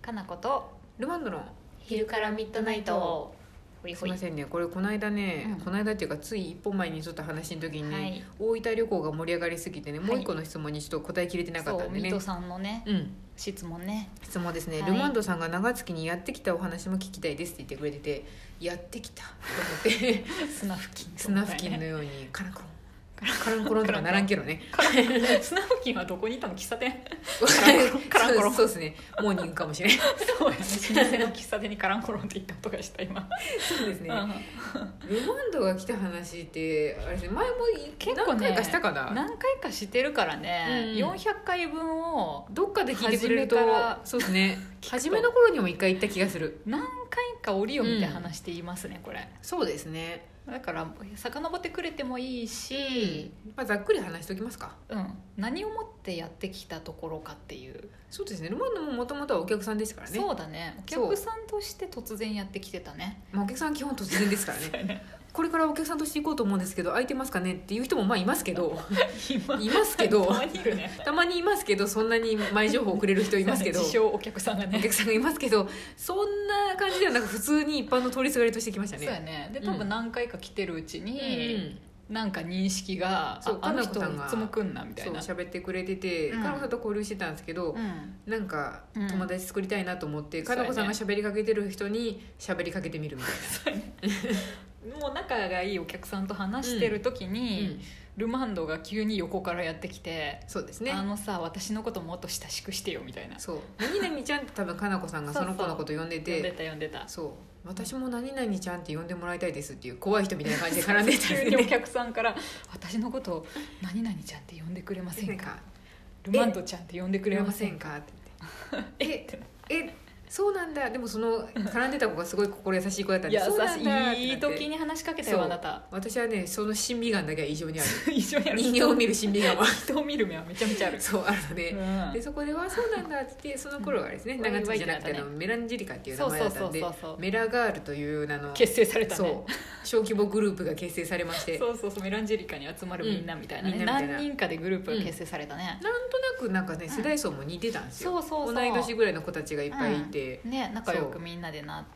かなことルマンドの昼からミッドナイト。ほいほい。 すいませんね、これこの間ね、この間っていうかつい一本前にちょっと話の時にね、大分旅行が盛り上がりすぎてね、もう一個の質問にちょっと答えきれてなかったんでね。 そう、ミトさんのね、質問ね。 質問ですね、ルマンドさんが長月にやってきたお話も聞きたいですって言ってくれてて、やってきたと思って砂付近、 砂付近のようにカラコロンカランコロンとかならんけどね。 砂付近はどこにいたの？喫茶店？ カランコロン。そうですね、モーニングかもしれない。 そうやね、老舗の喫茶店にカランコロンって言った音がした今。 そうですね。ルマンドが来た話ってあれですね、前も結構ね、 何回かしたかな。 何回かしてるからね、400回分をどっかで聞いてくれると、そうですね、初めの頃にも一回言った気がする。 何回か折を見て話していますね、これ。 そうですね、 だから遡ってくれてもいいし、 ざっくり話しておきますか。 何をもってやってきたところかっていう。 そうですね、ルマンドももともとはお客さんですからね。 そうだね、お客さんとして突然やってきてたね。 お客さんは基本突然ですからね。これからお客さんとして行こうと思うんですけど空いてますかねっていう人もいますけどいますけどたまにいるね。 たまにいますけど、そんなに前情報をくれる人いますけど、 自称お客さんがね、 お客さんがいますけど、そんな感じではなく普通に一般の通りすがりとしてきましたね。 そうやね。で多分何回か来てるうちに、なんか認識が、あの人いつも来んなみたいな、 そう喋ってくれてて、かなこさんと交流してたんですけど、なんか友達作りたいなと思って、かなこさんが喋りかけてる人に喋りかけてみるみたいな。 もう仲がいいお客さんと話してる時に、ルマンドが急に横からやってきて、 そうですね、 私のこともっと親しくしてよみたいな。 そう、何々ちゃんって多分かなこさんがその子のこと呼んでて、 呼んでた。 そう、私も何々ちゃんって呼んでもらいたいですっていう怖い人みたいな感じで絡んでたんです急にお客さんから私のことを何々ちゃんって呼んでくれませんか、ルマンドちゃんって呼んでくれませんかって言ってそうなんだ。でもその絡んでた子がすごい心優しい子だったんで、そうなんだっていい時に話しかけたよ、あなた。 私はね、その審美眼だけは異常にある。 異常にある。 人間を見る審美眼は人を見る目はめちゃめちゃある。 そうあるので、でそこではそうなんだって言って、その頃はですね、長月じゃなくてメランジェリカっていう名前だったんで、メラガールという名の結成されたね。 そう小規模グループが結成されまして、 そうメランジェリカに集まるみんなみたいなね、何人かでグループが結成されたね。 なんとなくなんかね、世代層も似てたんですよ。同い年ぐらいの子たちがいっぱいいて、 ね、仲良くみんなでなって、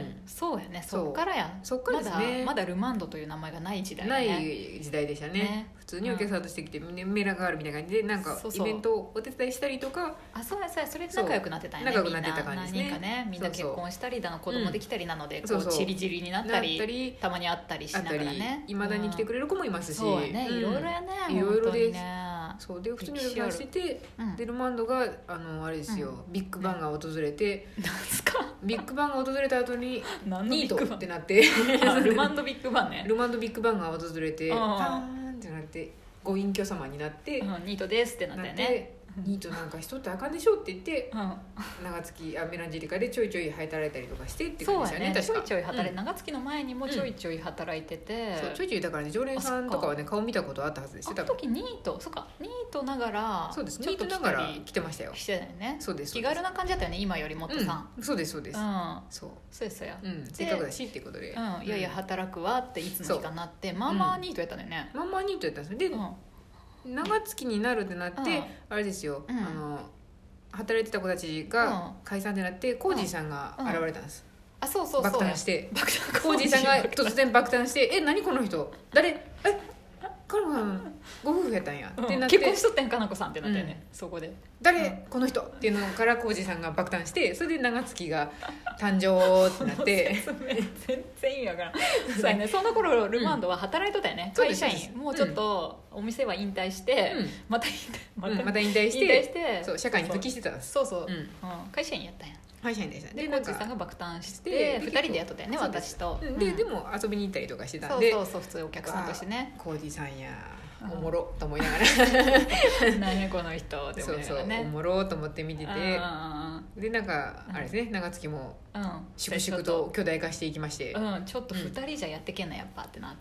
そうやね、そっからや。 そっからですね。 まだルマンドという名前がない時代ね。 ない時代でしたね。普通にお客さんとして来て、メラガールみたいな感じでなんかイベントをお手伝いしたりとか、 それで仲良くなってたんやね。 仲良くなってた感じですね。 何人かね、みんな結婚したり子供できたりなので、こうチリチリになったり、たまに会ったりしながらね、 いまだに来てくれる子もいますし、 そうやね、いろいろやね、 いろいろです。 そうで普通にお客さんしてて、でルマンドがあれですよ、ビッグバンが訪れて、 なんすか、 ビッグバンが訪れた後にニートってなってルマンドビッグバンね、 ルマンドビッグバンが訪れて、パーンってなって、ご隠居様になって、 ニートですってなったよね。 ニートなんか人ってあかんでしょって言って、長月メランジェリカでちょいちょい働いたりとかしてって感じでしたね。 ちょいちょい働いて、長月の前にもちょいちょい働いてて、 ちょいちょいだからね、常連さんとかはね顔見たことあったはずですよ。 あの時ニート、そうか、ニートながら、 そうです、ニートながら来てましたよ。 してたよね。 そうです、 気軽な感じだったよね、今よりもっとさ。 そうですそうです。 そうですよ。 せっかくだしっていうことで、 いやいや働くわっていつの日かなって、まあまあニートやったのよね。 まあまあニートやったんですよ。で長月になるってなって、あれですよ、働いてた子たちが解散ってなって、コージーさんが現れたんです。 そう爆誕して、コージーさんが突然爆誕して「何この人誰？カナコさんご夫婦やったんや」ってなって、 結婚しとったんかなこさんってなったよね、そこで誰この人っていうのからコージーさんが爆誕して、それで長月が誕生ってなって全然意味わからん。そうやね、その頃ルマンドは働いとったよね、会社員。もうちょっとお店は引退して、また引退してそう社会に復帰してたんです。 そう会社員やったんや。 会社員でしたね。 でコーチさんが爆誕して2人でやっとったよね、私と。 でも遊びに行ったりとかしてたんで、 そう普通お客さんとしてね、 コージさんやおもろと思いながら何やこの人って思いながらね、 おもろと思って見てて、でなんかあれですね、長月も粛々と巨大化していきまして、 ちょっと2人じゃやってけんなやっぱってなって、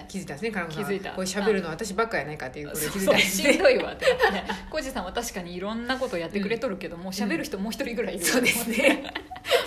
気づいたんですね、カナコさん。 気づいた。 これ喋るの私ばっかやないかっていうことで気づいたんですね。しんどいわってなってね、コージさんは確かにいろんなことやってくれとるけども、喋る人もう一人ぐらいいる。 そうですね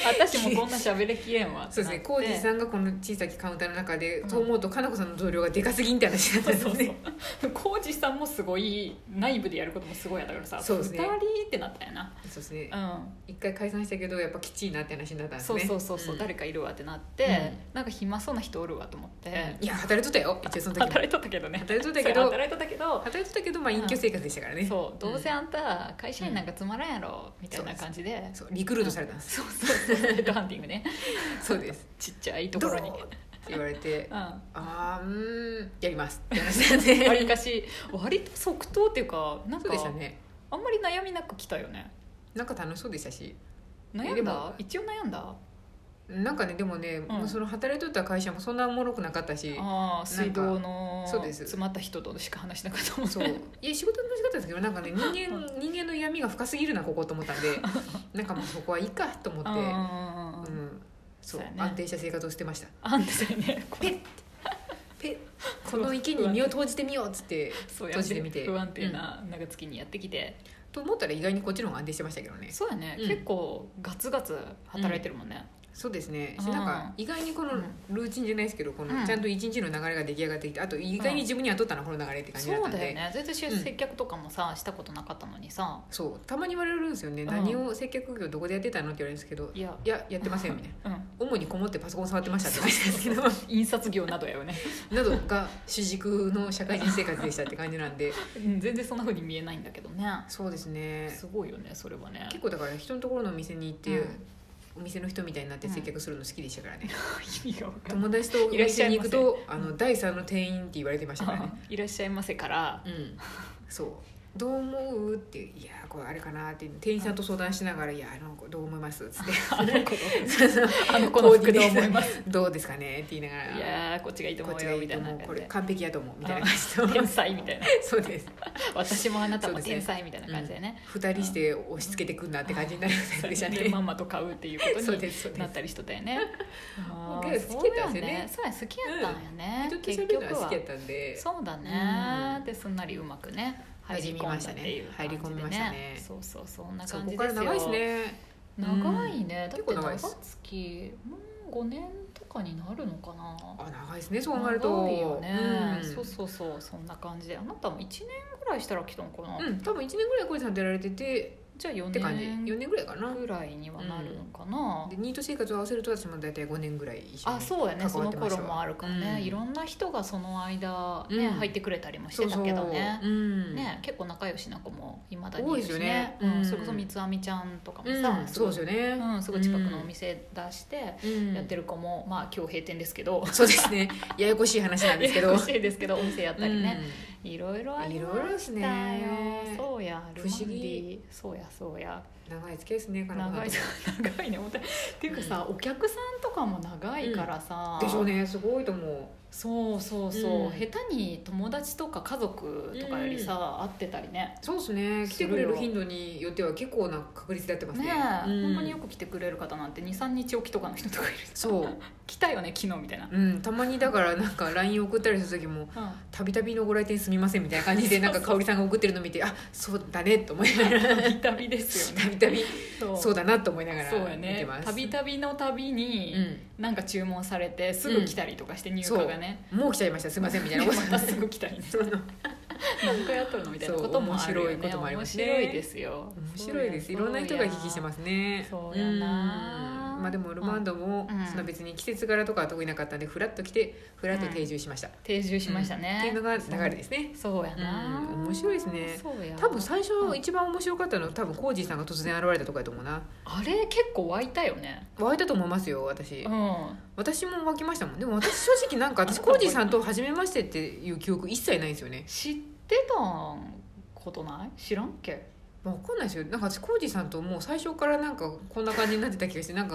私もこんな喋りきれんわってそうですね、コージーさんがこの小さきカウンターの中で、そう思うとかなこさんの同僚がでかすぎんって話だったんですね。 コージーさんもすごい内部でやることもすごいやったからさ、 そうですね、 2人ってなったよな。 そうですね、一回解散したけどやっぱきちいなって話になったんですね。 そう、誰かいるわってなって、なんか暇そうな人おるわと思って、 いや働いとったよ、一応その時も働いとったけどね、 働いとったけどまあ隠居生活でしたからね。 そう、どうせあんた会社員なんかつまらんやろみたいな感じで、 そうリクルートされたんです。 そうヘッドハンティングね。 そうです、 ちっちゃいところにって言われて、やりますって話なんで、 わりかし割と即答っていうか、なんかそうでしたね、 あんまり悩みなく来たよね。 なんか楽しそうでしたし、 悩んだ？一応悩んだ？ なんかね、でもね、もうその働いとった会社もそんなおもろくなかったし、 水道の詰まった人としか話しなかったもんね。 そういや仕事の仕方ですけど、なんかね人間の闇が深すぎるなここと思ったんでなんかもうそこはいいかと思って、そう、安定した生活をしてました。 安定ね、 ペッこの池に身を投じてみようっつって閉じてみて、不安定な長月にやってきて、 と思ったら意外にこっちの方が安定してましたけどね。 そうやね、結構ガツガツ働いてるもんね。 そうですね、なんか意外にこのルーチンじゃないですけど、このちゃんと一日の流れが出来上がってきて、あと意外に自分にはとったなこの流れって感じだったんで。 そうだよね、全然接客とかもさ、したことなかったのにさ。 そうたまに言われるんですよね、何を接客業どこでやってたのって言われるんですけど、いややってませんみたいな、主にこもってパソコン触ってましたって感じですけど印刷業などやよねなどが主軸の社会人生活でしたって感じなんで全然そんな風に見えないんだけどね。 そうですね、 すごいよねそれはね。 結構だから人のところのお店に行って、お店の人みたいになって接客するの好きでしたからね、友達とお店に行くと第3の店員って言われてましたからねいらっしゃいませから、 そうどう思うって、いやこれあれかなって店員さんと相談しながら、いやどう思いますっつってあの子の服どう思いますどうですかねって言いながら、 いやこっちがいいと思うよみたいな、 これ完璧やと思うみたいな感じ天才みたいなそうです私もあなたも天才みたいな感じでね、 2人して押し付けてくんなって感じになりませんでしたね。 まんまと買うっていうことになったりしとったよね。 好きやったんですよね。 そうや好きやったんやね、 結局は好きやったんで、 そうだね、ですんなりうまくね入り込んだっていう入り込みましたね。 そうそんな感じですよ。 ここから長いですね。 長いね、だって長月もう5年とかになるのかな。 長いですね、そう考えると。 長いよね、そうそんな感じで。あなたも1年ぐらいしたら来たのかな。 多分1年ぐらい小路さん出られてて、 じゃあ4 年ぐらいかなぐらいにはなるのかな、 でニート生活を合わせると私も大体5年ぐらい一緒にそうやね、その頃もあるからね、いろんな人がその間ね、入ってくれたりもしてたけどね、ね結構仲良しな子もいまだにいるしね、それこそ三つ編みちゃんとかもさ、 そうですよね、 すぐ近くのお店出してやってる子も、まあ今日閉店ですけど、 そうですね、ややこしい話なんですけどややこしいですけどお店やったりね、いろいろありましたよ。そうや、 不思議、 そうや長い付き合いですね。 長いねっていうかさ、お客さんとかも長いからさ、 でしょうね、すごいと思う。 そう、下手に友達とか家族とかよりさ、会ってたりね。 そうですね、来てくれる頻度によっては結構な確率でやってますね。 ほんまによく来てくれる方なんて 2,3 日おきとかの人とかいる。 そう来たよね昨日みたいな。 たまにだからなんか LINE 送ったりする時もたびたびのご来店すみませんみたいな感じで、なんか香織さんが送ってるの見て、そうだねと思いながら、 たびたびですよね、 たびたびそうだなと思いながら見てます。 たびたびのたびになんか注文されてすぐ来たりとかして、入荷がね、 もう来ちゃいましたすいませんみたいなことまたすぐ来たりね何回やっとるのみたいなこともあるよね。面白いこともありますね。面白いですよ。 面白いです。いろんな人が聞きしてますね。 そうやな。 まあでもルマンドもそんな別に季節柄とかは特になかったんで、フラッと来てフラッと定住しました。 定住しましたね。 っていうのが流れですね。 そうやな。 面白いですね。多分最初一番面白かったのは多分コージーさんが突然現れたとかやと思うな。 あれ結構湧いたよね。 湧いたと思いますよ私。私も湧きましたもん。でも私正直なんか私コージーさんと初めましてっていう記憶一切ないんですよね。 知ってたことない？知らんっけ？ 分かんないですよ。なんか私コージーさんともう最初からなんかこんな感じになってた気がして、なんか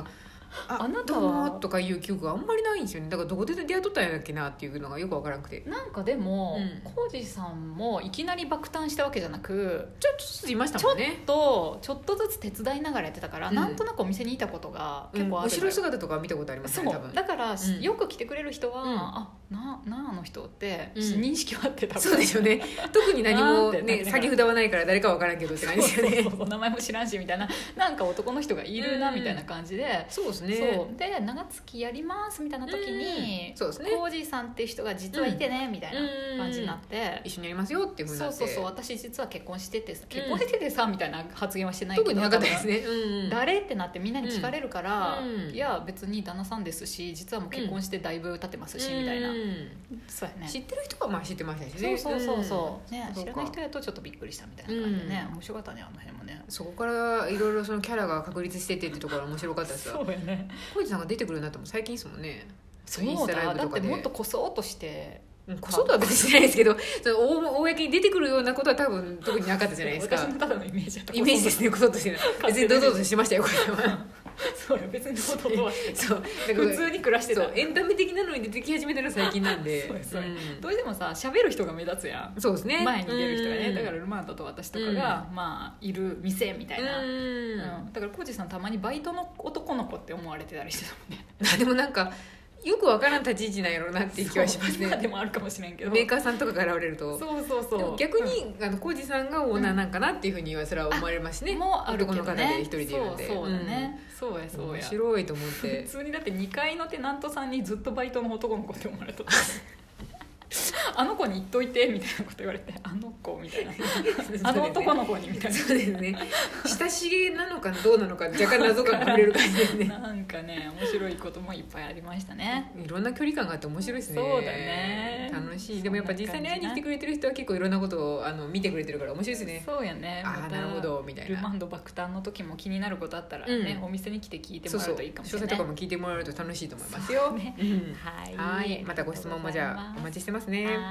あなたはとかいう記憶があんまりないんですよね。だからどこで出会っとったんやっけなっていうのがよくわからなくて、 なんかでも浩二さんもいきなり爆誕したわけじゃなく、 ちょっとずついましたもんね。 ちょっとずつ手伝いながらやってたから、なんとなくお店にいたことが結構ある、 後ろ姿とか見たことありますね、多分。 だから、よく来てくれる人は、あの人って認識はあってた、 そうでしょうね。特に何もね先札はないから誰かわからんけどって感じですよね。 そう名前も知らんしみたいな、なんか男の人がいるなみたいな感じで、 そうですね。 そうで長月やりますみたいな時に、浩二さんっていう人が実はいてねみたいな感じになって、 一緒にやりますよっていうふうになって、 そう私実は結婚しててさみたいな発言はしてないけど、 特になかったですね。 誰ってなってみんなに聞かれるから、いや別に旦那さんですし、実はもう結婚してだいぶ経ってますしみたいな、そうやね、 知ってる人はまあ知ってましたしね。 そうね、知らない人やとちょっとびっくりしたみたいな感じでね、面白かったね、あの辺もね。 そこからいろいろそのキャラが確立しててってところが面白かったですわ。 そうやね、 浩二さんが出てくるようになっても最近ですもんね。 そうだ、だってもっとこそっとしてこそっとは別にしないですけど、その公に出てくるようなことは多分特になかったじゃないですか。 私のただのイメージイメージですね、こそっとしてる。別に堂々としてましたよ、これは。 そう別に堂々とはそう普通に暮らしてた。 エンタメ的なのに出てき始めたの最近なんで。 どうしてもさ、喋る人が目立つやん。 そうですね、 前に出る人がね。だからルマンドと私とかがまあいる店みたいな。だから浩二さんたまにバイトの男の子って思われてたりしてたもんね。 でもなんかよくわからん立ち位置なんやろうなっていう気はしますね。 今でもあるかもしれんけど、 メーカーさんとかが現れると、 そう逆に浩二さんがオーナーなんかなっていうふうにはそれは思われますしね。 もうあるけどね、 男の方で一人でいるんで。 そうだね、そうや面白いと思って。 普通にだって2階のテナントさんにずっとバイトの男の子って思われたあの子に言っといてみたいなこと言われて、あの子みたいなあの男の子にみたいな。 そうですね、親しげなのかどうなのか若干謎が隠れる感じですね。 なんかね、面白いこともいっぱいありましたね。 いろんな距離感があって面白いですね。 そうだね、 楽しい。でもやっぱ実際に会いに来てくれてる人は結構いろんなことを見てくれてるから面白いですね。 そうやね、 あ、なるほどみたいな。 ルマンド爆誕の時も気になることあったらね、お店に来て聞いてもらうといいかもしれない。 詳細とかも聞いてもらえると楽しいと思いますよ。 はい、 またご質問もじゃあお待ちしてますね。